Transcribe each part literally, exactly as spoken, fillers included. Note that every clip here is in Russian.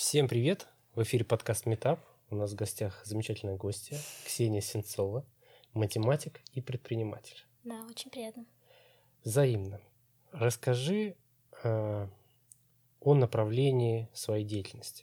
Всем привет! В эфире подкаст Meetup. У нас в гостях замечательная гостья Ксения Сенцова, математик и предприниматель. Да, очень приятно. Взаимно. Расскажи э, о направлении своей деятельности.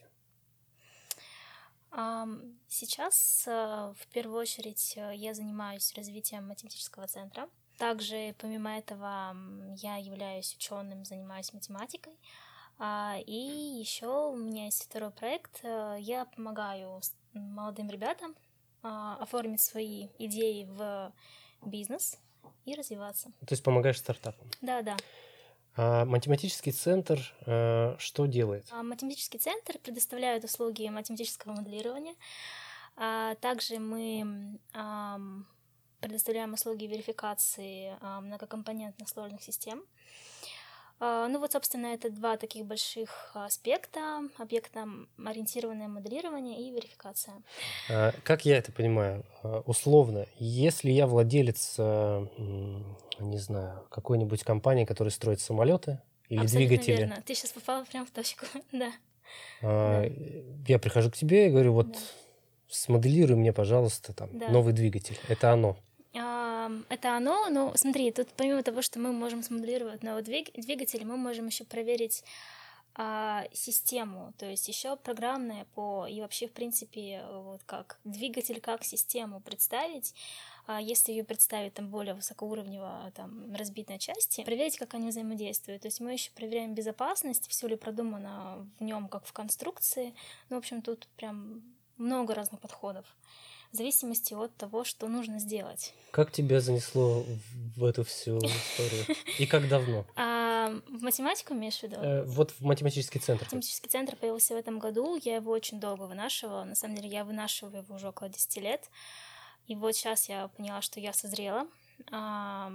Сейчас в первую очередь я занимаюсь развитием математического центра. Также, помимо этого, я являюсь ученым, занимаюсь математикой. И еще у меня есть второй проект. Я помогаю молодым ребятам оформить свои идеи в бизнес и развиваться. То есть помогаешь стартапам? Да, да. А математический центр э, что делает? Математический центр предоставляет услуги математического моделирования. Также мы предоставляем услуги верификации многокомпонентных сложных систем. Ну вот, собственно, это два таких больших аспекта: объектно-ориентированное моделирование и верификация. Как я это понимаю? Условно, если я владелец, не знаю, какой-нибудь компании, которая строит самолеты или Абсолютно двигатели. Верно. Ты сейчас попала прямо в точку. Да. А, я прихожу к тебе и говорю: вот Да. смоделируй мне, пожалуйста, там Да. новый двигатель. Это оно. Это оно, но смотри, тут помимо того, что мы можем смоделировать новый двигатель, мы можем еще проверить а, систему, то есть еще программное по и вообще в принципе вот как двигатель как систему представить, а, если ее представить там более высокоуровнево там разбитой части, проверить, как они взаимодействуют. То есть мы еще проверяем безопасность, все ли продумано в нем как в конструкции. Ну, в общем, тут прям много разных подходов в зависимости от того, что нужно сделать. Как тебя занесло в эту всю историю? И как давно? А, в математику имеешь в виду? Э, вот в математический центр. Математический центр появился в этом году. Я его очень долго вынашивала. На самом деле я вынашиваю его уже около десяти лет. И вот сейчас я поняла, что я созрела. А,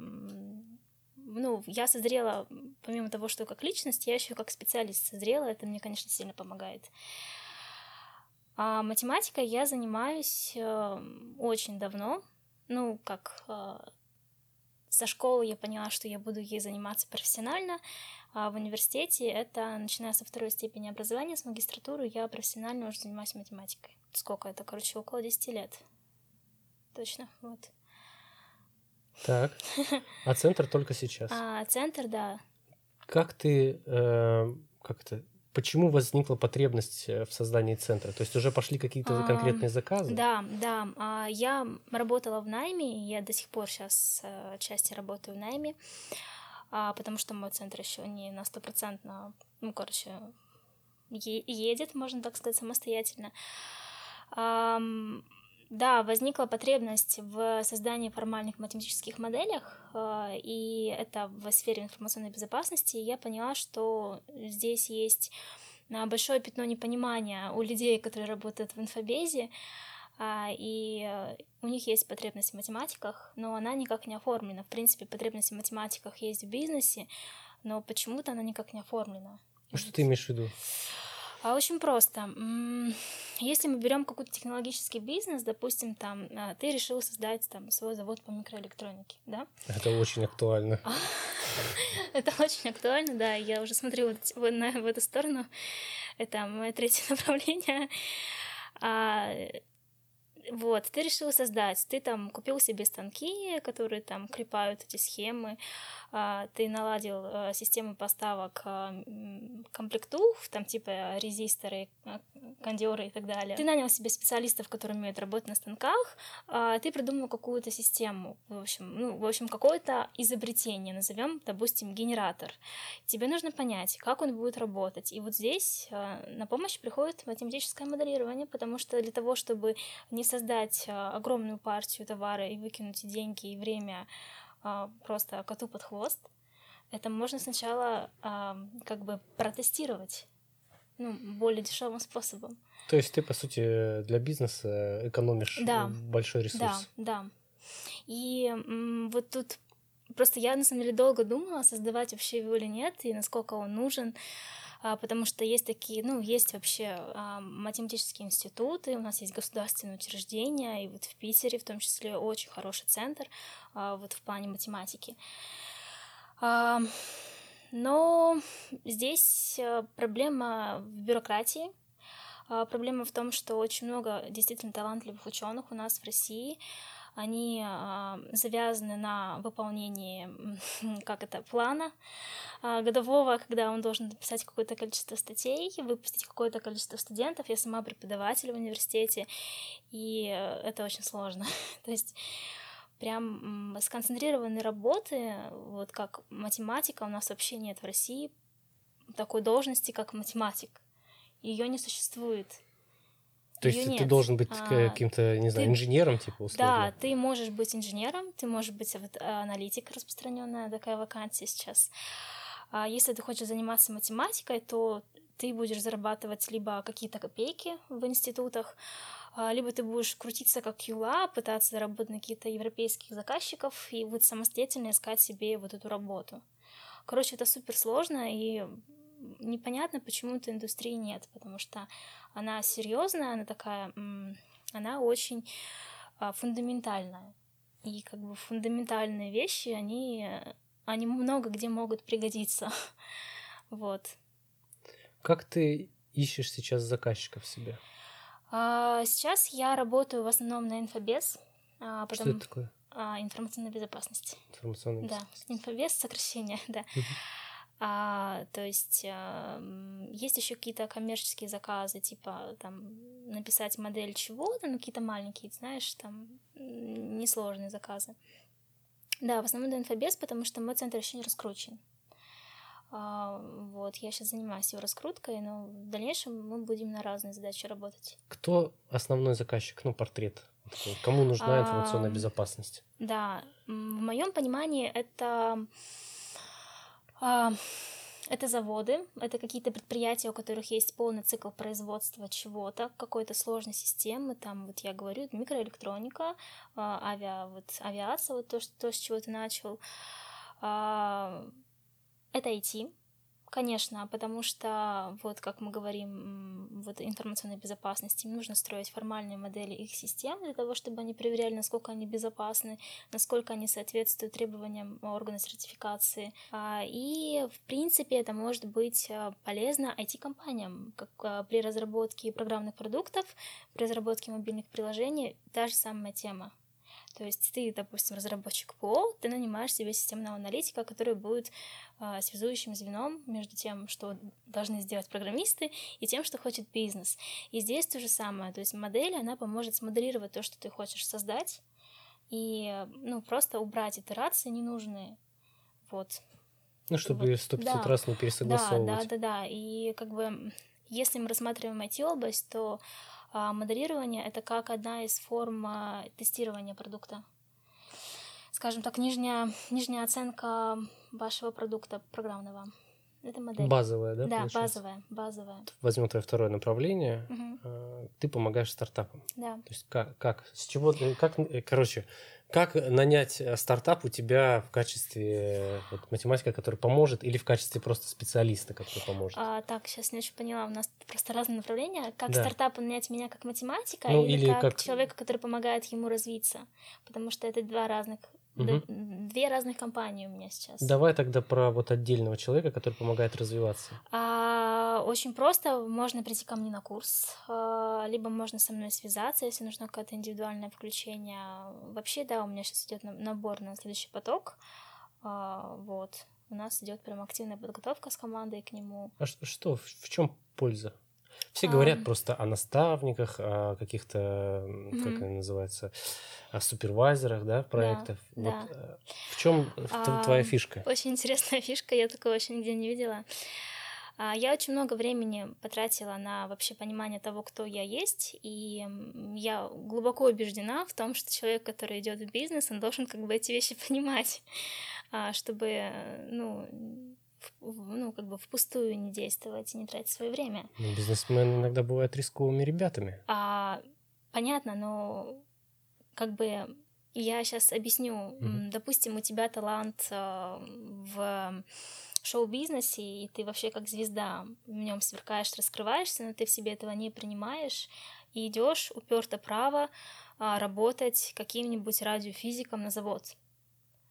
ну, я созрела, помимо того, что как личность, я еще как специалист созрела. Это мне, конечно, сильно помогает. А математикой я занимаюсь э, очень давно. Ну, как э, со школы я поняла, что я буду ей заниматься профессионально. А в университете это, начиная со второй степени образования, с магистратуры, я профессионально уже занимаюсь математикой. Сколько это? Короче, около десяти лет. Точно, вот. Так, а центр только сейчас? А центр, да. Как ты, э, как это... Почему возникла потребность в создании центра? То есть уже пошли какие-то А, конкретные заказы? Да, да. Я работала в найме, я до сих пор сейчас отчасти работаю в найме, потому что мой центр еще не на стопроцентно, ну, короче, едет, можно так сказать, самостоятельно. Да, возникла потребность в создании формальных математических моделях, и это в сфере информационной безопасности. И я поняла, что здесь есть большое пятно непонимания у людей, которые работают в инфобезе, и у них есть потребность в математиках, но она никак не оформлена. В принципе, потребность в математиках есть в бизнесе, но почему-то она никак не оформлена. Что ты имеешь в виду? А очень просто. Если мы берем какой-то технологический бизнес, допустим, там ты решил создать там свой завод по микроэлектронике, да? Это очень актуально. Это очень актуально, да. Я уже смотрю вот на в эту сторону. Это мое третье направление. Вот, ты решил создать, ты там купил себе станки, которые там клепают эти схемы, ты наладил систему поставок комплектух, там типа резисторы, кондёры и так далее. Ты нанял себе специалистов, которые умеют работать на станках, ты придумал какую-то систему, в общем, ну, в общем, какое-то изобретение, назовем, допустим, генератор. Тебе нужно понять, как он будет работать. И вот здесь на помощь приходит математическое моделирование, потому что для того, чтобы не создать огромную партию товара и выкинуть деньги и время просто коту под хвост, это можно сначала как бы протестировать, ну, более дешевым способом. То есть ты, по сути, для бизнеса экономишь да, большой ресурс. Да, да. И м, вот тут просто я, на самом деле, долго думала, создавать вообще его или нет, и насколько он нужен, потому что есть такие, ну, есть вообще математические институты, у нас есть государственные учреждения, и вот в Питере в том числе очень хороший центр вот в плане математики. Но здесь э, проблема в бюрократии. А, Проблема в том, что очень много действительно талантливых ученых у нас в России. Они а, завязаны на выполнении, м, как это, плана а, годового, когда он должен написать какое-то количество статей, выпустить какое-то количество студентов. Я сама преподаватель в университете, и э, это очень сложно. То есть прям м, сконцентрированной работы, вот как математика, у нас вообще нет в России такой должности, как математик. Ее не существует. То Ее есть ты нет. должен быть А, каким-то, не знаю, ты, инженером, типа, да, условно? ты можешь быть инженером, ты можешь быть вот, аналитик, распространенная такая вакансия сейчас. А если ты хочешь заниматься математикой, то ты будешь зарабатывать либо какие-то копейки в институтах, а, либо ты будешь крутиться как юла, пытаться заработать на каких-то европейских заказчиков и вот самостоятельно искать себе вот эту работу. Короче, это супер сложно, и непонятно, почему этой индустрии нет, потому что она серьезная, она такая, м, она очень а, фундаментальная. И как бы фундаментальные вещи, они, э, они много где могут пригодиться. Вот. Как ты ищешь сейчас заказчиков себе? А, Сейчас я работаю в основном на инфобез, а, Что это потом такое? а, информационная безопасность. Информационная Да, безопасность. инфобез, сокращение, да. Мгм. А, то есть а, м, есть еще какие-то коммерческие заказы, типа там написать модель чего-то, ну какие-то маленькие, знаешь, там м, несложные заказы. Да, в основном до инфобез, потому что мой центр еще не раскручен. А, вот, я сейчас занимаюсь его раскруткой, но в дальнейшем мы будем на разные задачи работать. Кто основной заказчик? Ну, портрет. Вот такой. Кому нужна информационная А, безопасность? да, м, в моем понимании это а, это заводы, это какие-то предприятия, у которых есть полный цикл производства чего-то, какой-то сложной системы, там, вот я говорю, микроэлектроника, а, авиа, вот, авиация, вот то, что, то, с чего ты начал, а, это ай ти, конечно, потому что, вот как мы говорим, м, вот информационной безопасности, им нужно строить формальные модели их систем для того, чтобы они проверяли, насколько они безопасны, насколько они соответствуют требованиям органа сертификации. А, И, в принципе, это может быть а, полезно ай ти-компаниям, как а, при разработке программных продуктов, при разработке мобильных приложений, та же самая тема. То есть ты, допустим, разработчик ПО, ты нанимаешь себе системного аналитика, который будет а, связующим звеном между тем, что должны сделать программисты, и тем, что хочет бизнес. И здесь то же самое. То есть модель, она поможет смоделировать то, что ты хочешь создать, и ну, просто убрать итерации ненужные. Вот. Ну, Вот. чтобы сто пятьсот Да, раз не да, да, пересогласовывать. да, да. И как бы если мы рассматриваем ай ти-область, то а, моделирование — это как одна из форм а, тестирования продукта. Скажем так, нижняя, нижняя оценка вашего продукта программного. Это модель. Базовая, да, Да, получается? базовая, базовая. Возьмем твое второе направление. Мгм. э, Ты помогаешь стартапам. Да. То есть как, как, с чего, ты- как, э, короче, как нанять э, стартап у тебя в качестве э, вот, математика, который поможет, или в качестве просто специалиста, который поможет? А, так, сейчас не очень поняла, у нас просто разные направления. Как Да. стартап нанять меня как математика, Ну, или, или как, как- человека, который помогает ему развиться? Потому что это два разных, Мгм. д- две разных компании у меня сейчас. Давай тогда про вот отдельного человека, который помогает развиваться. А, очень просто, можно прийти ко мне на курс, а, либо можно со мной связаться, если нужно какое-то индивидуальное включение. Вообще, да, у меня сейчас идет набор на следующий поток. А, вот. У нас идет прям активная подготовка с командой к нему. А ш- что, в, в чем польза? Все А, говорят просто о наставниках, о каких-то, м, как Мгм. они называются, о супервайзерах, да, проектов. Вот да. э, в чем А, твоя фишка? Очень интересная фишка, я такого вообще нигде не видела. А, Я очень много времени потратила на вообще понимание того, кто я есть, и м, я глубоко убеждена в том, что человек, который идет в бизнес, он должен как бы эти вещи понимать, а, чтобы, э, ну, в- в- ну, как бы впустую не действовать и не тратить свое время. Ну, бизнесмены иногда бывают рисковыми ребятами. А, понятно, но как бы я сейчас объясню. Мгм. М, Допустим, у тебя талант а, в шоу-бизнесе, и ты вообще как звезда в нем сверкаешь, раскрываешься, но ты в себе этого не принимаешь и идешь уперто право а, работать каким-нибудь радиофизиком на завод.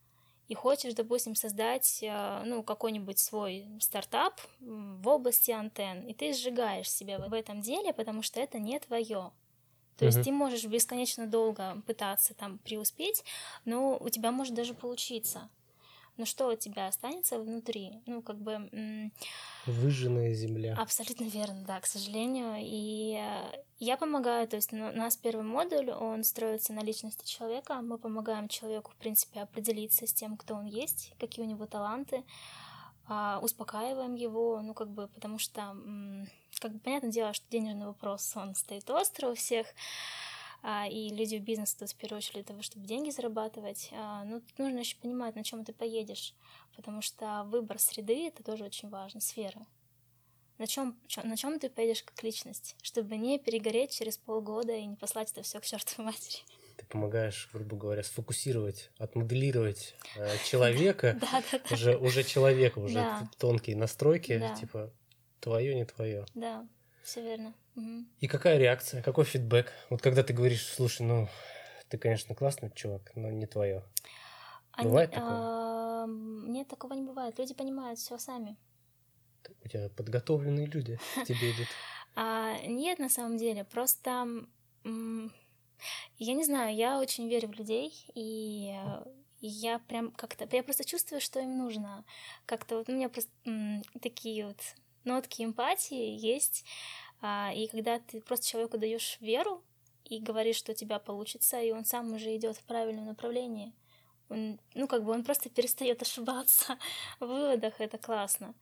и хочешь, допустим, создать, э, ну, какой-нибудь свой стартап м, в области антенн, и ты сжигаешь себя в в этом деле, потому что это не твое. То есть Мгм. ты можешь бесконечно долго пытаться там преуспеть, но у тебя может даже получиться. Но что у тебя останется внутри? Ну, как бы м, Выжженная земля. абсолютно верно, да, к сожалению. И э, я помогаю, то есть ну, у нас первый модуль, он строится на личности человека. Мы помогаем человеку, в принципе, определиться с тем, кто он есть, какие у него таланты, а, успокаиваем его, ну, как бы, потому что, м, как бы, понятное дело, что денежный вопрос, он стоит остро у всех, а, и люди в бизнесе тут в первую очередь для того, чтобы деньги зарабатывать, а, но тут нужно еще понимать, на чем ты поедешь, потому что выбор среды — это тоже очень важно, сфера. На чем, на чем ты поедешь как личность, чтобы не перегореть через полгода и не послать это все к чертовой матери. Ты помогаешь, грубо говоря, сфокусировать, отмоделировать э, человека, Да, да, да. уже, уже человека, уже т- Да, тонкие настройки, да, типа твое, не твое. да, все верно. Мгм. И какая реакция, какой фидбэк? Вот когда ты говоришь, слушай, ну, ты, конечно, классный чувак, но не твое. Они, Бывает такое? а, нет, такого не бывает. Люди понимают все сами. У тебя подготовленные люди к тебе идут. А, нет, на самом деле, просто м, я не знаю, я очень верю в людей, и э, и я прям как-то, я просто чувствую, что им нужно. Как-то вот у меня просто м, такие вот нотки эмпатии есть, а, и когда ты просто человеку даешь веру и говоришь, что у тебя получится, и он сам уже идет в правильном направлении. Он, ну, как бы он просто перестает ошибаться в выводах, это классно.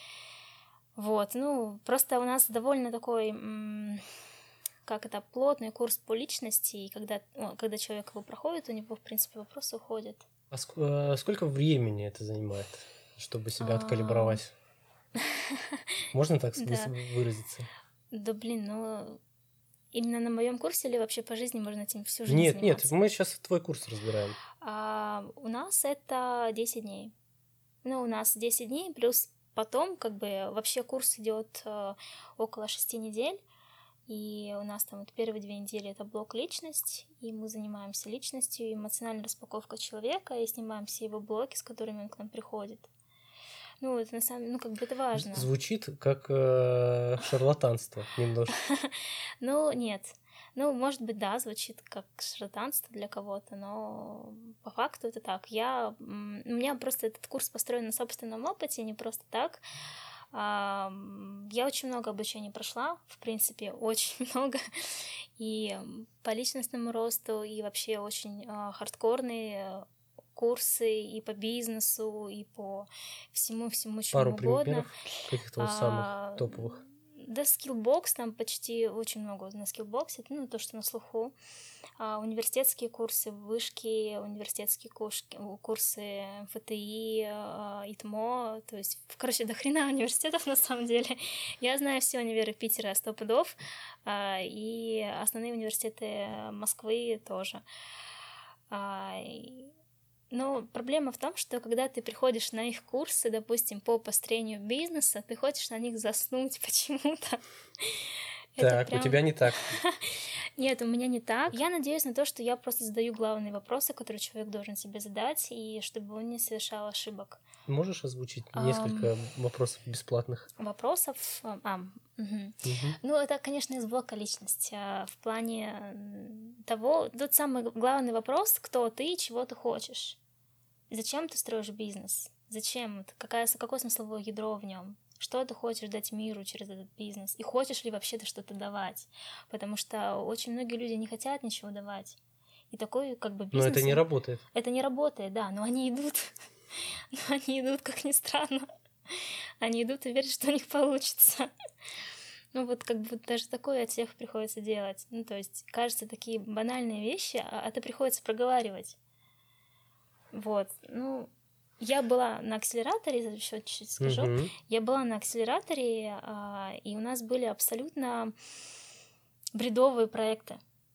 Вот, ну, просто у нас довольно такой, м, как это, плотный курс по личности, и когда, ну, когда человек его проходит, у него, в принципе, вопросы уходят. А ск- э, сколько времени это занимает, чтобы себя А, откалибровать? Можно так с- выс- Да, выразиться? да блин, ну, именно на моем курсе или вообще по жизни можно этим всю жизнь Нет, нет, заниматься? мы сейчас твой курс разбираем. А, у нас это десять дней. Ну, у нас десять дней, плюс потом, как бы, вообще курс идет э, около шести недель. И у нас там вот первые две недели это блок личность, и мы занимаемся личностью, эмоциональной распаковкой человека, и снимаем все его блоки, с которыми он к нам приходит. Ну, это на самом деле, ну, как бы это З- важно. Звучит как э, шарлатанство немножко. Ну, нет. Ну, может быть, да, звучит как шарлатанство для кого-то, но по факту это так. Я, м, у меня просто этот курс построен на собственном опыте, не просто так. А, м, Я очень много обучений прошла, в принципе, очень много. И м, по личностному росту, и вообще очень а, хардкорные э, курсы и по бизнесу, и по всему-всему, Пару чему угодно. примеров каких-то вот самых А, топовых. Да, скиллбокс, там почти очень много на скиллбоксе, ну, то, что на слуху. А, университетские курсы, вышки, университетские курсы, курсы эм эф тэ и, а, ИТМО, то есть, короче, до хрена университетов на самом деле. Я знаю все универы Питера сто пудов, а, и основные университеты Москвы тоже. А, и- Но проблема в том, что когда ты приходишь на их курсы, допустим, по построению бизнеса, ты хочешь на них заснуть почему-то. Это Так, у прям... тебя не так. Нет, у меня не так. Я надеюсь на то, что я просто задаю главные вопросы, которые человек должен себе задать, и чтобы он не совершал ошибок. Можешь озвучить Ам, несколько вопросов бесплатных? Вопросов... ам, А, мгм. Мгм. Ну, это, конечно, из блока личности. а, В плане м, того... Тот самый главный вопрос, кто ты и чего ты хочешь. Зачем ты строишь бизнес? Зачем? это? Какая, какое смысловое ядро в нем? Что ты хочешь дать миру через этот бизнес? И хочешь ли вообще ты что-то давать? Потому что очень многие люди не хотят ничего давать. И такой как бы Но это бизнес... не он- работает. Это не работает, да, но они идут. Но они идут, как ни странно. Они идут и верят, что у них получится. Ну вот как бы даже такое от всех приходится делать. Ну то есть, кажется, такие банальные вещи, а это приходится проговаривать. Вот, ну, я была на акселераторе, еще чуть-чуть скажу. Мгм. Я была на акселераторе, а, и у нас были абсолютно бредовые проекты.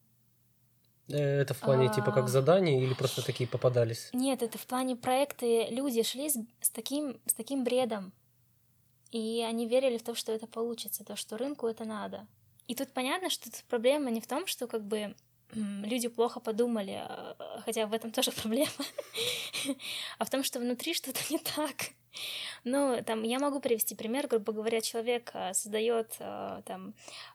Э, Это в плане типа как А, задание или просто такие попадались? Нет, это в плане проекты люди шли с, с таким, с таким бредом, и они верили в то, что это получится, то, что рынку это надо. И тут понятно, что тут проблема не в том, что как бы люди плохо подумали, хотя в этом тоже проблема, а в том, что внутри что-то не так. Ну, там, я могу привести пример, грубо говоря, человек создает там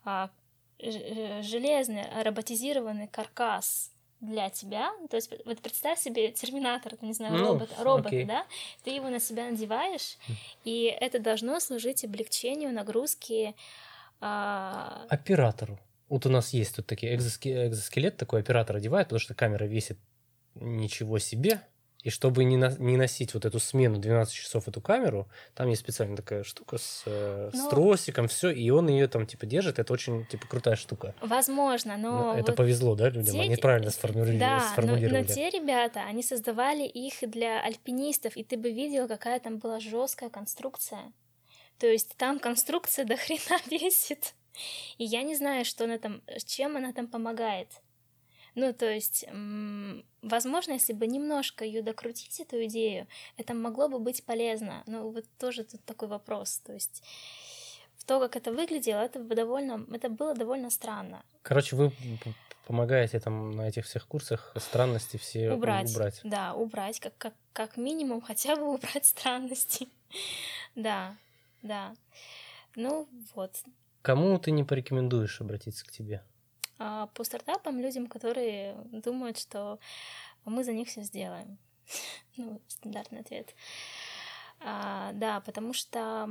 железный роботизированный каркас для тебя, то есть вот представь себе терминатор, не знаю, Ну, робот, робота, окей. да, ты его на себя надеваешь, и это должно служить облегчению нагрузки. А... Оператору. Вот у нас есть тут такие экзоскелет, экзоскелет такой оператор одевает, потому что камера весит ничего себе. И чтобы не, на, не носить вот эту смену двенадцать часов эту камеру, там есть специальная такая штука с, э, но... с тросиком, все, и он ее там типа держит. Это очень типа крутая штука. Возможно, но... но это вот повезло, да, людям? те... Они правильно сформулировали. Да, сформулировали. Но, но те ребята, они создавали их для альпинистов, и ты бы видел, какая там была жесткая конструкция. То есть там конструкция до хрена весит. И я не знаю, что она там, чем она там помогает. Ну, то есть, м- возможно, если бы немножко ее докрутить, эту идею, это могло бы быть полезно. Но вот тоже тут такой вопрос. То есть, в то, как это выглядело, это, довольно, это было довольно странно. Короче, вы помогаете там на этих всех курсах странности все убрать. убрать. Да, убрать, как, как, как минимум хотя бы убрать странности. Да, да. Ну, вот. Кому ты не порекомендуешь обратиться к тебе? А по стартапам, людям, которые думают, что мы за них все сделаем. Ну, стандартный ответ. А, да, потому что,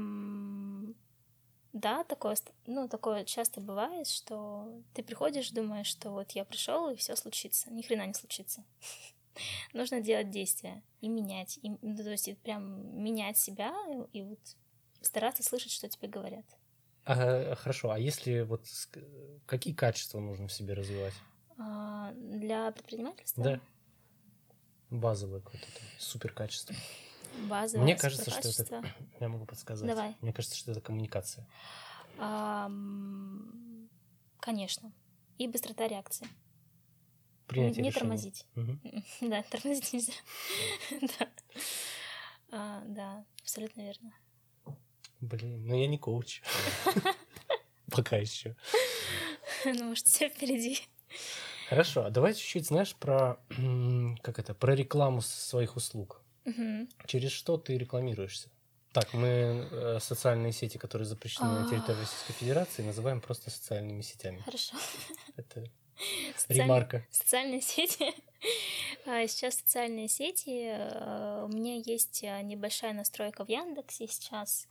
да, такое, ну, такое часто бывает, что ты приходишь, думаешь, что вот я пришел и все случится. Ни хрена не случится. Нужно делать действия и менять. И, ну, то есть прям менять себя и, и вот стараться слышать, что тебе говорят. А, хорошо, а если вот какие качества нужно в себе развивать? А, для предпринимательства? Да. Базовое какое-то супер качество. Базовое Мне кажется, что это... Я могу подсказать. Давай. Мне кажется, что это коммуникация. А, конечно. И быстрота реакции. Принятие Не решений. тормозить. Угу. Да, тормозить нельзя. Да. А, да, абсолютно верно. Блин, ну я не коуч. Пока еще. Ну, может, все впереди. Хорошо, а давай чуть-чуть, знаешь, про, как это, про рекламу своих услуг. Угу. Через что ты рекламируешься? Так, мы э, социальные сети, которые запрещены на территории Российской Федерации, называем просто социальными сетями. Хорошо. Это Социаль... ремарка. Социальные сети. Сейчас социальные сети. У меня есть небольшая настройка в Яндексе сейчас.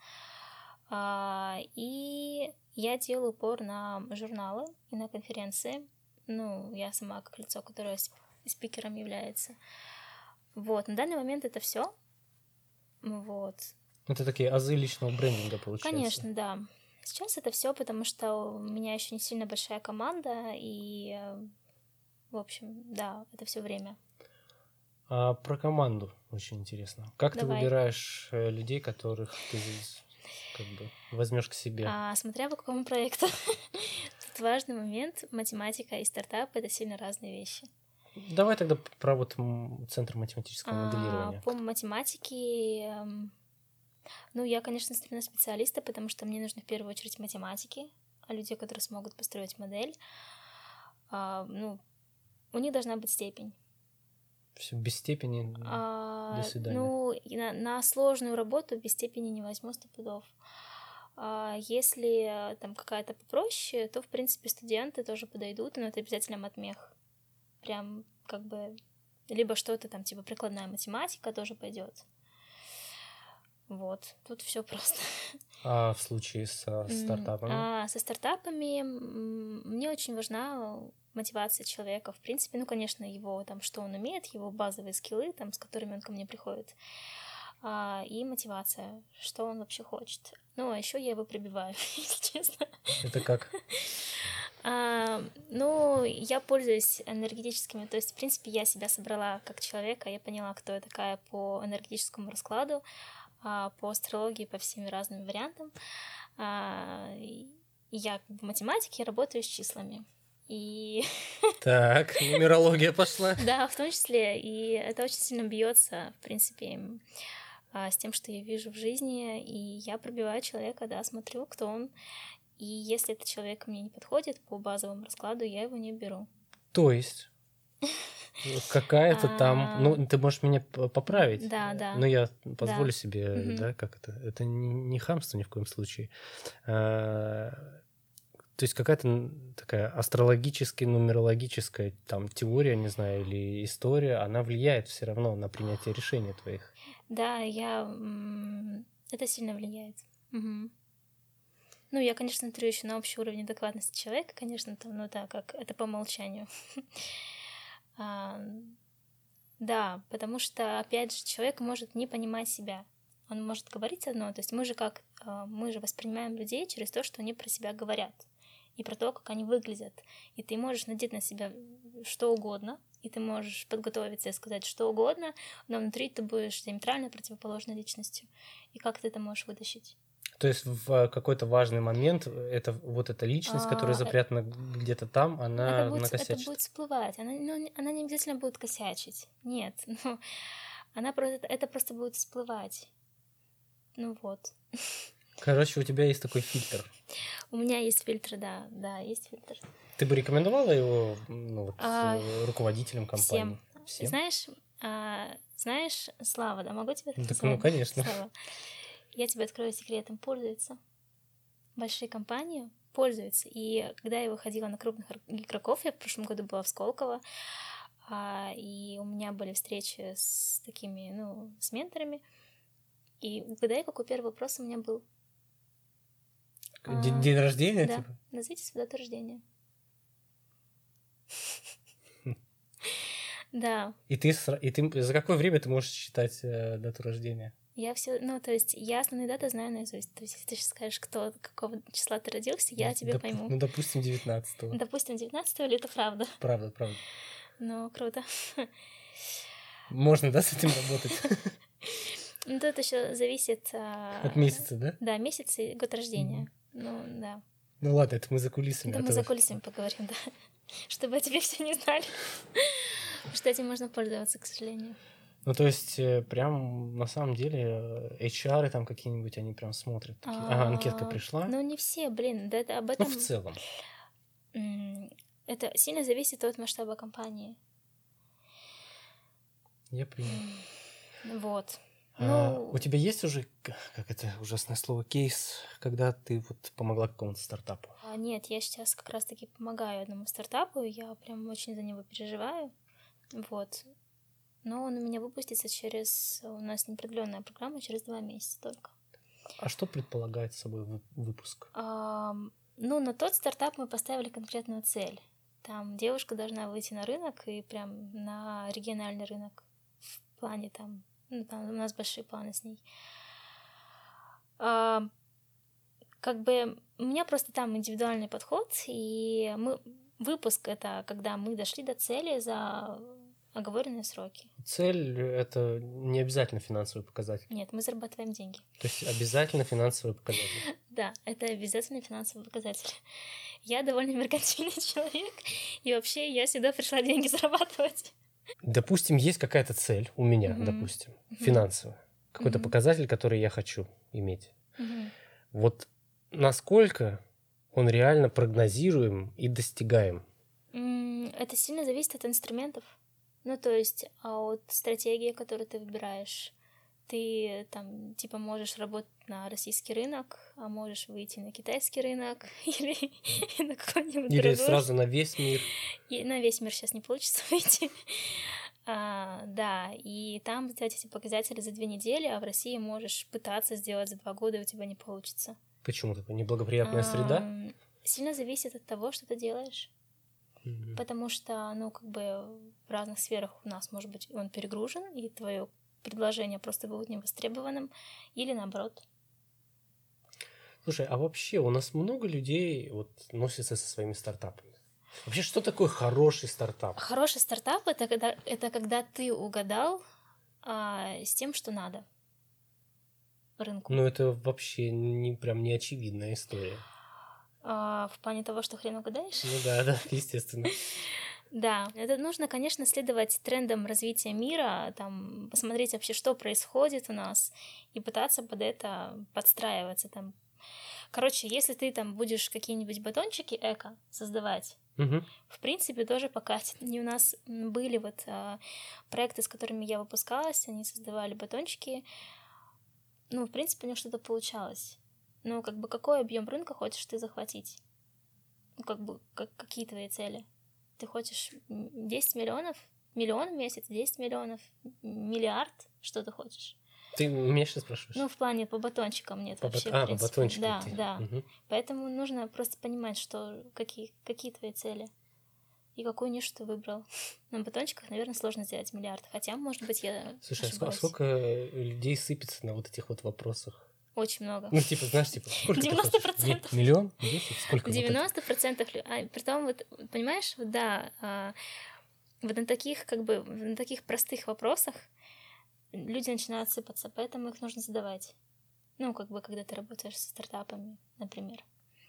И я делаю упор на журналы и на конференции. Ну, я сама как лицо, которое спикером является. Вот, на данный момент это все. Вот. Это такие азы личного брендинга, получается. Конечно, да. Сейчас это все, потому что у меня еще не сильно большая команда, и, в общем, да, это все время. А про команду очень интересно. Как Давай. ты выбираешь людей, которых ты как бы возьмешь к себе? А, смотря по какому проекту. Тут важный момент. Математика и стартап — это сильно разные вещи. Давай тогда про вот Центр математического а, моделирования. По математике, ну, я, конечно, смотрю на специалиста, потому что мне нужны в первую очередь математики, а люди, которые смогут построить модель, а, ну, у них должна быть степень. Все без степени, а, до свидания. Ну, на, на сложную работу без степени не возьму сто пудов. А если там какая-то попроще, то, в принципе, студенты тоже подойдут, но это обязательно матмех. Прям как бы... Либо что-то там, типа прикладная математика тоже пойдет. Вот, тут все просто. А в случае со стартапами? А со стартапами мне очень важна мотивация человека. В принципе, ну, конечно, его там, что он умеет, его базовые скиллы, там, с которыми он ко мне приходит, а, и мотивация, что он вообще хочет. Ну, а еще я его прибиваю, если честно. Это как? А, ну, я пользуюсь энергетическими, то есть, в принципе, я себя собрала как человека, я поняла, кто я такая по энергетическому раскладу, по астрологии, по всем разным вариантам. Я в математике работаю с числами. И... Так, нумерология пошла. Да, в том числе. И это очень сильно бьется, в принципе, с тем, что я вижу в жизни. И я пробиваю человека, да, смотрю, кто он. И если этот человек мне не подходит по базовому раскладу, я его не беру. То есть какая-то там, ну, ты можешь меня поправить, Да, да. но я позволю Да. себе, Мгм. да, как это, это не, не хамство ни в коем случае. А, то есть какая-то н- такая астрологическая, нумерологическая там теория, не знаю, или история, она влияет все равно на принятие решений твоих. Да, я... м, Это сильно влияет. Мгм. Ну, я, конечно, смотрю еще на общий уровень адекватности человека, конечно, там, ну да, как это по умолчанию. А, Да, потому что, опять же, человек может не понимать себя. Он может говорить одно, то есть мы же как, а, мы же воспринимаем людей через то, что они про себя говорят, и про то, как они выглядят. И ты можешь надеть на себя что угодно, и ты можешь подготовиться и сказать что угодно, но внутри ты будешь диаметрально противоположной личностью. И как ты это можешь вытащить? То есть в какой-то важный момент это вот эта личность, которая А, э, запрятана где-то там, Это она будет, это накосячит. будет всплывать. Она, ну, не- она не обязательно будет косячить. Нет. Ну, она просто, это просто будет всплывать. Ну вот. Короче, у тебя есть такой фильтр. У меня есть фильтр, да, да, есть фильтр. Ты бы рекомендовала его, ну, вот, А, э, руководителям Всем. компании? Всем? Знаешь, а, знаешь, Слава, да, могу тебя так Так, ну, называть? конечно. Слава. Я тебе открою секрет, им пользуются. Большие компании пользуются. И когда я выходила на крупных р- игроков, я в прошлом году была в Сколково, а, и у меня были встречи с такими, ну, с менторами. И угадай, какой первый вопрос у меня был? День, А, день рождения, Да, типа? назовите свою дату рождения. Да, И ты, сра- и ты за какое время ты можешь считать э, дату рождения? я все, ну, то есть я основные даты знаю наизусть. То есть если ты сейчас скажешь, кто, какого числа ты родился, я тебе Доп- пойму. Ну, допустим, девятнадцатого. Допустим, девятнадцатого, или это правда? Правда, правда. Ну, круто. Можно, да, с этим работать? Ну, тут еще зависит... а, От месяца, да? Да, месяц и год рождения. Ну, да. Ну ладно, это мы за кулисами. Да, а мы то- за кулисами поговорим, да. Чтобы о тебе все не знали. Что этим можно пользоваться, к сожалению. Ну, то есть, э, прям на самом деле э, эйч ар там какие-нибудь, они прям смотрят. Такие, ага, анкетка А, пришла. Ну, не все, блин, да, это об Ну, этом... в целом. м, Это сильно зависит от масштаба компании. Я понял. Вот. А, Ну, у тебя есть уже, к- как это ужасное слово, кейс, когда ты вот помогла какому-то стартапу? а, нет, я сейчас как раз-таки помогаю одному стартапу, я прям очень за него переживаю. Вот. Но он у меня выпустится через... У нас неопределенная программа через два месяца только. А что предполагает собой вы- выпуск? Ам, ну, на тот стартап мы поставили конкретную цель. Там девушка должна выйти на рынок и прям на региональный рынок в плане там... Ну, там у нас большие планы с ней. Ам, как бы у меня просто там индивидуальный подход, и мы... выпуск — это когда мы дошли до цели за оговоренные сроки. Цель — это не обязательно финансовый показатель. Нет, мы зарабатываем деньги. То есть обязательно финансовый показатель. Да, это обязательный финансовый показатель. Я довольно меркантильный человек, и вообще я сюда пришла деньги зарабатывать. Допустим, есть какая-то цель у меня, Мгм. допустим, Мгм. финансовая. Какой-то Мгм. показатель, который я хочу иметь. Мгм. Вот насколько он реально прогнозируем и достигаем? М, Это сильно зависит от инструментов. Ну, то есть а от стратегии, которую ты выбираешь. Ты там типа можешь работать на российский рынок, а можешь выйти на китайский рынок или на какой-нибудь Или другой. сразу на весь мир? И на весь мир сейчас не получится выйти. А, да, и там взять эти показатели за две недели, а в России можешь пытаться сделать за два года, и у тебя не получится. Почему такая неблагоприятная среда? Ам, Сильно зависит от того, что ты делаешь. Мгм. Потому что, ну, как бы в разных сферах у нас, может быть, он перегружен, и твое предложение просто будет невостребованным, или наоборот. Слушай, а вообще у нас много людей вот носятся со своими стартапами? Вообще, что такое хороший стартап? Хороший стартап — это когда, это когда ты угадал а, с тем, что надо рынку. Ну, это вообще не прям не очевидная история. А, в плане того, что хрен угадаешь. Ну да, да, естественно. Да, это нужно, конечно, следовать трендам развития мира, там, посмотреть вообще, что происходит у нас, и пытаться под это подстраиваться. Там. Короче, если ты там будешь какие-нибудь батончики эко создавать, Угу. в принципе, тоже покатит. И у нас были вот а, проекты, с которыми я выпускалась, они создавали батончики. Ну, в принципе, у них что-то получалось. Но как бы какой объем рынка хочешь ты захватить? Ну, как бы, как, какие твои цели? Ты хочешь десять миллионов? Миллион в месяц? десять миллионов? Миллиард? Что ты хочешь? Ты меня сейчас спрашиваешь? Ну, в плане по батончикам нет по вообще, бат... А, в принципе. по батончикам Да, ты. да. Угу. Поэтому нужно просто понимать, что какие, какие твои цели и какую нишу ты выбрал. На батончиках, наверное, сложно сделать миллиард. Хотя, может быть, я Слушай, а ошибаюсь. сколько людей сыпется на вот этих вот вопросах? Очень много. Ну, типа, знаешь, типа, сколько девяносто ты хочешь? процентов. Ми- Миллион? Десять? Сколько? девяносто процентов. А, притом, вот, понимаешь, вот, да, а, вот на таких, как бы, на таких простых вопросах люди начинают сыпаться, поэтому их нужно задавать. Ну, как бы, когда ты работаешь со стартапами, например.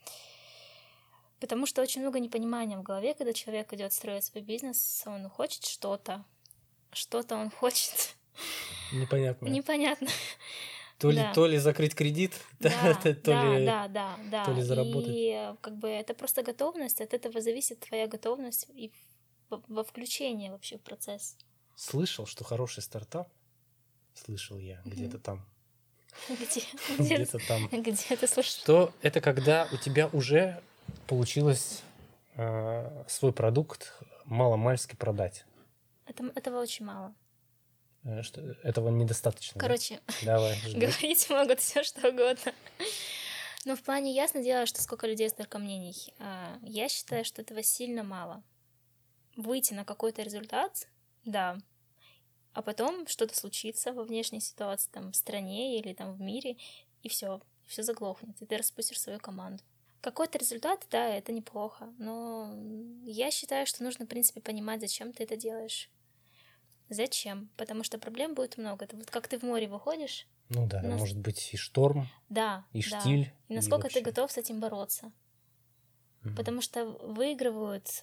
Потому что очень много непонимания в голове, когда человек идет строить свой бизнес, он хочет что-то, что-то он хочет. Непонятно. Непонятно. То ли, Да. то ли закрыть кредит, Да, то, да, ли, да, да, да. то ли заработать. И как бы это просто готовность, от этого зависит твоя готовность и во, во включение вообще в процесс. Слышал, что хороший стартап, слышал я Мгм. где-то там, Где? Где, где-то там, где ты слышишь? что это когда у тебя уже получилось э, свой продукт маломальски продать. Это, этого очень мало. Э, Что, этого недостаточно. да? Короче, Давай, жду. говорить могут все что угодно. Но в плане ясно дело, что сколько людей, столько мнений. А, Я считаю, что этого сильно мало. Выйти на какой-то результат, да, а потом что-то случится во внешней ситуации, там, в стране или там в мире, и все, все заглохнет, и ты распустишь свою команду. Какой-то результат, да, это неплохо, но я считаю, что нужно, в принципе, понимать, зачем ты это делаешь. Зачем? Потому что проблем будет много. Это вот как ты в море выходишь. Ну да, Нас- может быть и шторм, Да, и да. штиль. И насколько ты вообще. готов с этим бороться. Мгм. Потому что выигрывают э,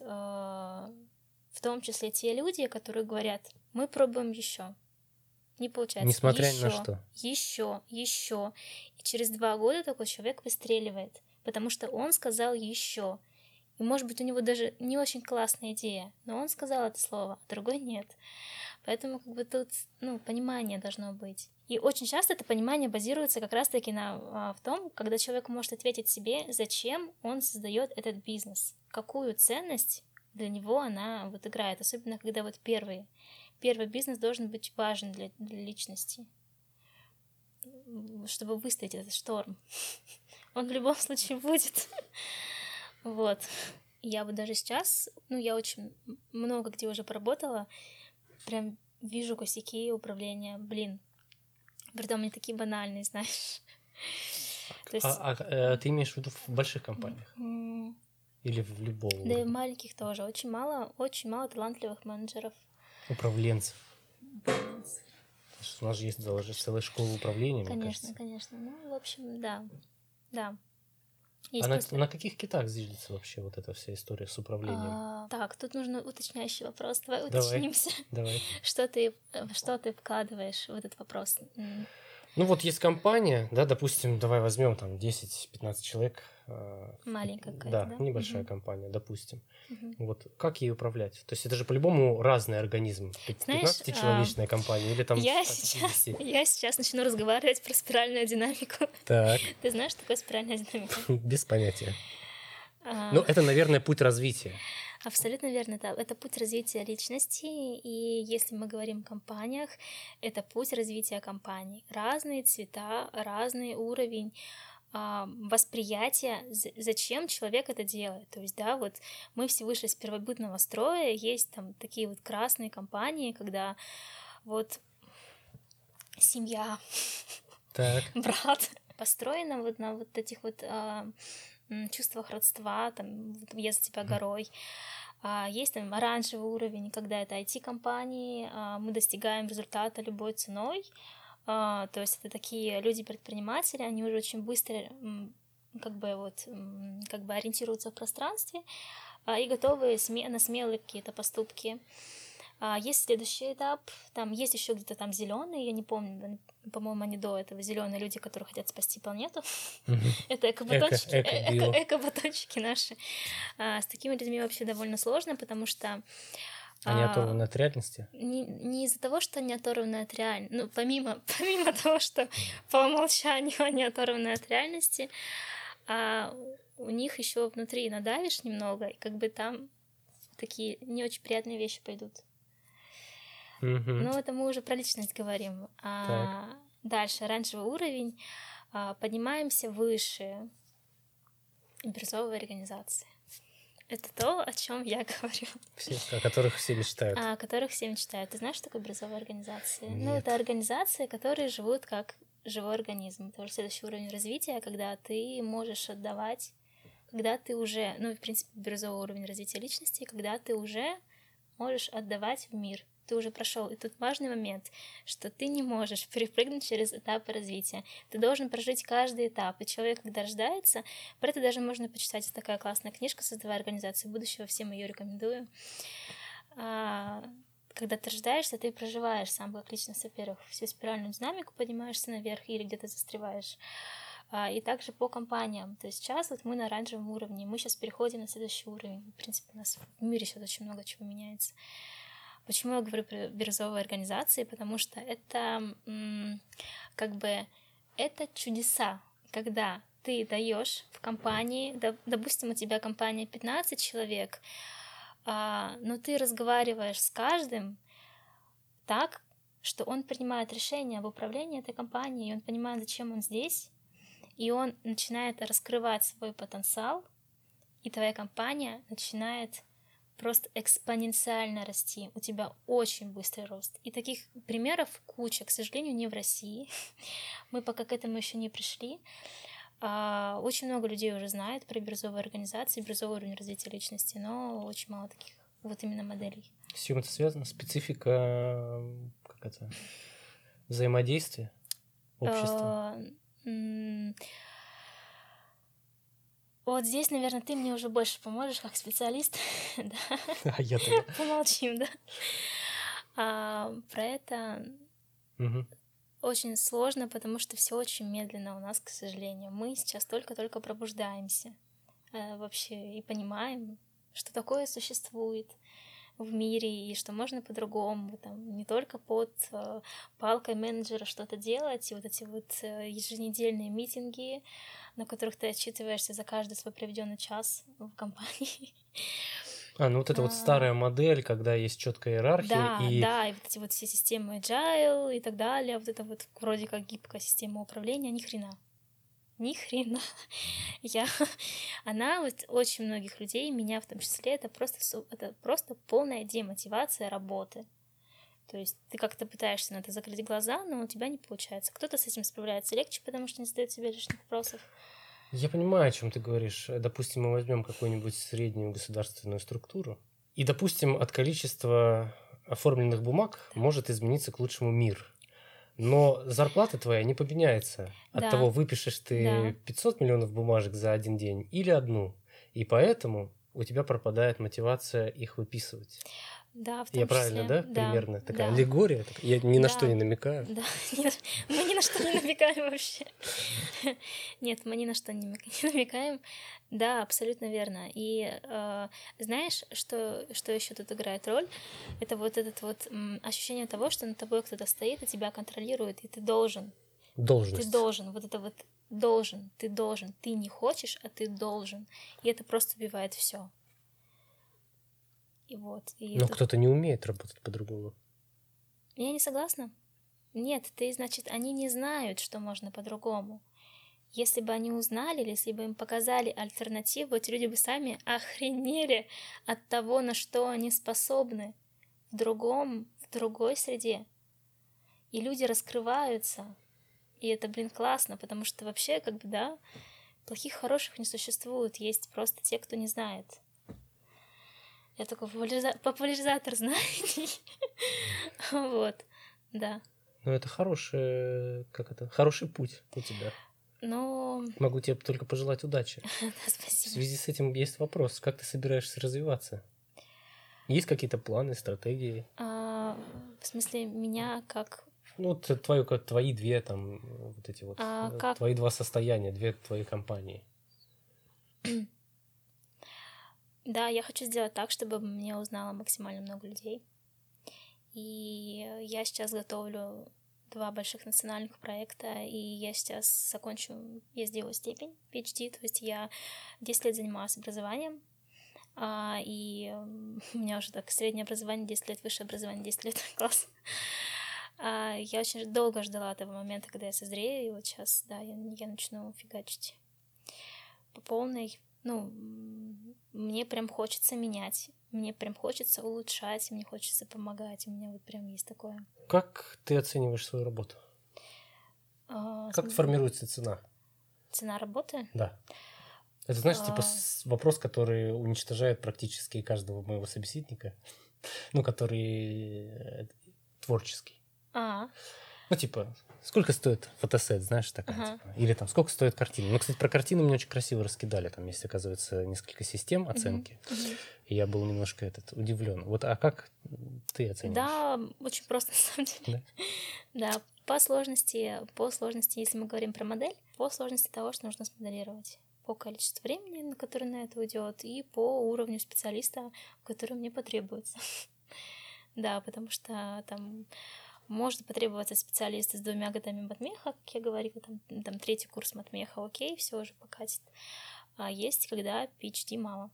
в том числе те люди, которые говорят, мы пробуем еще. Не получается. Несмотря ни еще, на что. Еще, еще. И через два года такой человек выстреливает, потому что он сказал еще. И может быть у него даже не очень классная идея, но он сказал это слово, а другой нет. Поэтому как бы тут, ну, понимание должно быть. И очень часто это понимание базируется как раз-таки на, а, в том, когда человек может ответить себе, зачем он создает этот бизнес, какую ценность для него она вот играет, особенно когда вот первый, первый бизнес должен быть важен для, для личности, чтобы выстоять этот шторм. Он в любом случае будет. Вот. Я вот даже сейчас, ну, я очень много где уже поработала, прям вижу косяки управления, блин. Притом они такие банальные, знаешь. То есть, А, а, э, ты имеешь в виду в больших компаниях? м, Или в любом да и в уровне? маленьких тоже. Очень мало, очень мало талантливых менеджеров. Управленцев. Потому что у нас же есть даже целая школа управления, мне Конечно, кажется. конечно. Ну, в общем, да. Да. А Есть на, просто- на каких китах зиждется вообще вот эта вся история с управлением? А, Так, тут нужно уточняющий вопрос. Давай Давай. уточнимся. Давай. Что ты, э, что ты вкладываешь в этот вопрос? М, Ну вот есть компания, да, допустим, давай возьмем там десять-пятнадцать человек. э, Маленькая какая-то, Да, да? небольшая Мгм. компания, допустим. Мгм. Вот как ей управлять? То есть это же по-любому разный организм. Знаешь, пятнадцатичеловечная компания или там Я ста сейчас, пятидесяти. я сейчас начну разговаривать про спиральную динамику. Так, Ты знаешь, что такое спиральная динамика? без понятия. А, Ну, это, наверное, путь развития. Абсолютно верно, это, это путь развития личности, и если мы говорим о компаниях, это путь развития компаний. Разные цвета, разный уровень а, восприятия, з- зачем человек это делает. То есть, да, вот мы все вышли из первобытного строя, есть там такие вот красные компании, когда вот семья, Так. брат, построена вот на вот этих вот а, м, чувствах родства, там, вот я за тебя горой. А, Есть там оранжевый уровень, когда это ай ти-компании, а, мы достигаем результата любой ценой. А, То есть это такие люди-предприниматели, они уже очень быстро м, как бы вот м, как бы ориентируются в пространстве а, и готовы сме- на смелые какие-то поступки. А есть следующий этап, там есть еще где-то там зеленые, я не помню, по-моему, они до этого зеленые люди, которые хотят спасти планету. Это эко-батончики, эко-батончики наши. С такими людьми вообще довольно сложно, потому что они оторваны от реальности? Не, не из-за того, что они оторваны от реальности. Ну, помимо, помимо того, что по умолчанию они оторваны от реальности, а у них еще внутри надавишь немного, и как бы там такие не очень приятные вещи пойдут. Mm-hmm. Ну, это мы уже про личность говорим. А дальше, оранжевый уровень. А, поднимаемся выше бирюзовой организации. Это то, о чем я говорю. Все, о которых все мечтают. О которых все мечтают. Ты знаешь, что такое бирюзовая организация? Нет. Ну, это организации, которые живут как живой организм. Это уже следующий уровень развития, когда ты можешь отдавать, когда ты уже, ну, в принципе, бирюзовый уровень развития личности, когда ты уже можешь отдавать в мир. Ты уже прошел. И тут важный момент, что ты не можешь перепрыгнуть через этапы развития. Ты должен прожить каждый этап. И человек, когда рождается, про это даже можно почитать. Это такая классная книжка «Создавая организацию будущего». Всем ее рекомендую. А, когда ты рождаешься, ты проживаешь сам как личность, во-первых, всю спиральную динамику, поднимаешься наверх или где-то застреваешь. А, и также по компаниям. То есть сейчас вот мы на оранжевом уровне, мы сейчас переходим на следующий уровень. В принципе, у нас в мире сейчас очень много чего меняется. Почему я говорю про бирюзовые организации? Потому что это м, как бы это чудеса, когда ты даешь в компании, да, допустим, у тебя компания пятнадцать человек, а, но ты разговариваешь с каждым так, что он принимает решение об управлении этой компанией, и он понимает, зачем он здесь, и он начинает раскрывать свой потенциал, и твоя компания начинает просто экспоненциально расти. У тебя очень быстрый рост. И таких примеров куча, к сожалению, не в России. Мы пока к этому еще не пришли. А, очень много людей уже знает про бирюзовые организации, бирюзовый уровень развития личности, но очень мало таких вот именно моделей. С чем это связано? Специфика, как это, взаимодействия общества? Вот здесь, наверное, ты мне уже больше поможешь как специалист. Да. А я тогда. Помолчим, да. А, про это угу. Очень сложно, потому что все очень медленно у нас, к сожалению. Мы сейчас только-только пробуждаемся а, вообще и понимаем, что такое существует в мире и что можно по-другому, там, не только под э, палкой менеджера что-то делать, и вот эти вот э, еженедельные митинги, на которых ты отчитываешься за каждый свой проведенный час в компании. А, ну вот это а... вот старая модель, когда есть четкая иерархия. Да, и... да, и вот эти вот все системы agile и так далее, вот это вот вроде как гибкая система управления, ни хрена. Ни хрена. Я... Она вот очень многих людей, меня в том числе, это просто, это просто полная демотивация работы. То есть ты как-то пытаешься на это закрыть глаза, но у тебя не получается. Кто-то с этим справляется легче, потому что не задает себе лишних вопросов. Я понимаю, о чем ты говоришь. Допустим, мы возьмем какую-нибудь среднюю государственную структуру, и, допустим, от количества оформленных бумаг может измениться к лучшему мир. Но зарплата твоя не поменяется от да. того, выпишешь ты да. пятьсот миллионов бумажек за один день или одну. И поэтому у тебя пропадает мотивация их выписывать. Да, в том Я числе. правильно, да? да. Примерно такая да. аллегория. Я ни на да. что не намекаю. Да, мы ни на что не намекаем вообще. Нет, мы ни на что не намекаем. Да, абсолютно верно. И э, знаешь, что, что еще тут играет роль? Это вот это вот м, ощущение того, что над тобой кто-то стоит и тебя контролирует, и ты должен. Должность. Ты должен. Вот это вот должен, ты должен. Ты не хочешь, а ты должен. И это просто убивает все. И вот, и Но тут... кто-то не умеет работать по-другому. Я не согласна. Нет, ты, значит, они не знают, что можно по-другому. Если бы они узнали, или если бы им показали альтернативу, эти люди бы сами охренели от того, на что они способны в другом, в другой среде. И люди раскрываются. И это, блин, классно, потому что вообще, как бы, да, плохих, хороших не существует. Есть просто те, кто не знает. Я такой популяриза... популяризатор знаний. Вот, да. Ну, это хороший, как это, хороший путь у тебя. Но... Могу тебе только пожелать удачи. Да, спасибо. В связи с этим есть вопрос. Как ты собираешься развиваться? Есть какие-то планы, стратегии? А, в смысле, меня как... Ну, т- твою, как, твои две там, вот эти вот, А, э, как... твои два состояния, две твои компании. Да, я хочу сделать так, чтобы меня узнало максимально много людей. И я сейчас готовлю два больших национальных проекта, и я сейчас закончу, я сделаю степень пи эйч ди, то есть я десять лет занималась образованием, а, и у меня уже так среднее образование, десять лет, высшее образование, десять лет, класс. А, я очень долго ждала этого момента, когда я созрею, и вот сейчас, да, я, я начну фигачить по полной. Ну, мне прям хочется менять, мне прям хочется улучшать, мне хочется помогать, у меня вот прям есть такое. Как ты оцениваешь свою работу? А, Как см- формируется цена? Цена работы? Да. Это, знаешь, типа А. с- вопрос, который уничтожает практически каждого моего собеседника, ну, который э, творческий. А, Ну, типа, сколько стоит фотосет, знаешь, такая, Ага. типа. Или там, сколько стоит картина. Ну, кстати, про картину мне очень красиво раскидали. Там есть, оказывается, несколько систем оценки. мгм. И я был немножко этот, удивлен. Вот, а как ты оцениваешь? Да, очень просто, на самом деле. Да, по сложности, по сложности, если мы говорим про модель, по сложности того, что нужно смоделировать, по количеству времени, на которое на это уйдет, и по уровню специалиста, который мне потребуется. Да, потому что там может потребоваться специалист с двумя годами матмеха, как я говорила, там, там третий курс матмеха, окей, все уже покатит. А есть, когда пи эйч ди мало.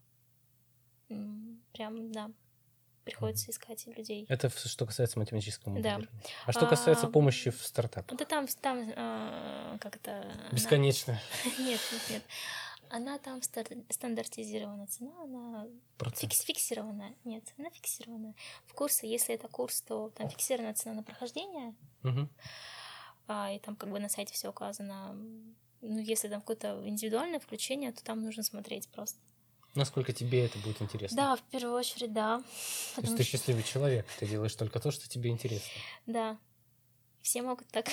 М, Прям, да, приходится искать людей. Это в- что касается математического Да. моделирования. А что касается А, помощи в стартапах? Да там, там а, как это... она- Бесконечно. Нет, нет, нет. Она там стар- стандартизирована цена, она Процент. фикс- фиксированная. Нет, она фиксированная. В курсе, если это курс, то там фиксированная цена на прохождение, Мгм. а, и там как бы на сайте все указано. Ну, если там какое-то индивидуальное включение, то там нужно смотреть просто. Насколько тебе это будет интересно? Да, в первую очередь, да. То есть Потому ты что- счастливый человек, ты делаешь только то, что тебе интересно. Да. Все могут так.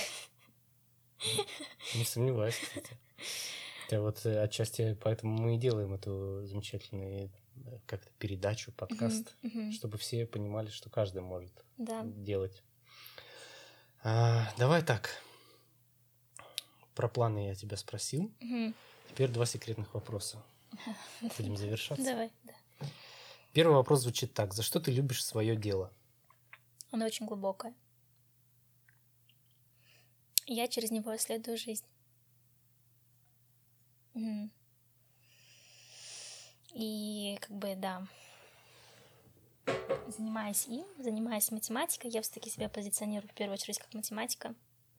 Не сомневаюсь, кстати. Хотя вот э, отчасти поэтому мы и делаем эту замечательную э, как-то передачу, подкаст, Мгм, мгм. чтобы все понимали, что каждый может Да. делать. А, давай так. Про планы я тебя спросил. Мгм. Теперь два секретных вопроса. Будем завершаться. Давай, да. Первый вопрос звучит так. За что ты любишь свое дело? Оно очень глубокое. Я через него исследую жизнь. Мгм. И как бы, да, занимаясь им, занимаясь математикой, я все-таки себя позиционирую в первую очередь как математика.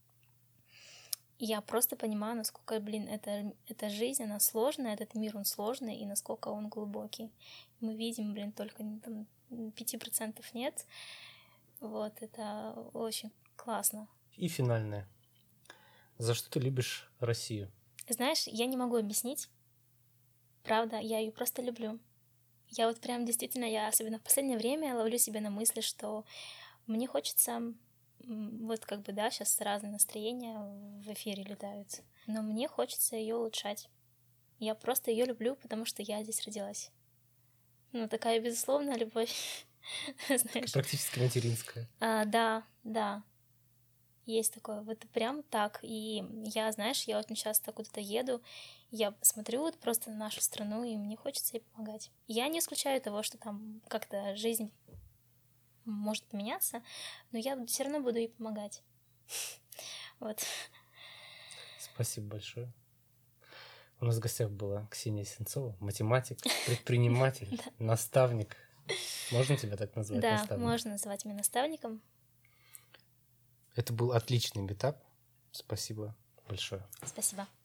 И я просто понимаю, насколько, блин, это, эта жизнь, она сложная, этот мир, он сложный, и насколько он глубокий. Мы видим, блин, только там пяти процентов нет. Вот, это очень классно. И финальное. За что ты любишь Россию? Знаешь, я не могу объяснить. Правда, я ее просто люблю. Я вот прям действительно, я особенно в последнее время ловлю себя на мысли, что мне хочется, м, вот как бы, да, сейчас разные настроения в эфире летают, но мне хочется ее улучшать. Я просто ее люблю, потому что я здесь родилась. Ну, такая безусловная любовь, знаешь. Практически материнская. А, да, да. Есть такое, вот прям так. И я, знаешь, я очень часто куда-то еду, я смотрю вот просто на нашу страну, и мне хочется ей помогать. Я не исключаю того, что там как-то жизнь может поменяться, но я все равно буду ей помогать. Вот. Спасибо большое. У нас в гостях была Ксения Сенцова, математик, предприниматель, наставник. Можно тебя так назвать? Да, наставник? можно называть меня наставником. Это был отличный митап. Спасибо большое. Спасибо.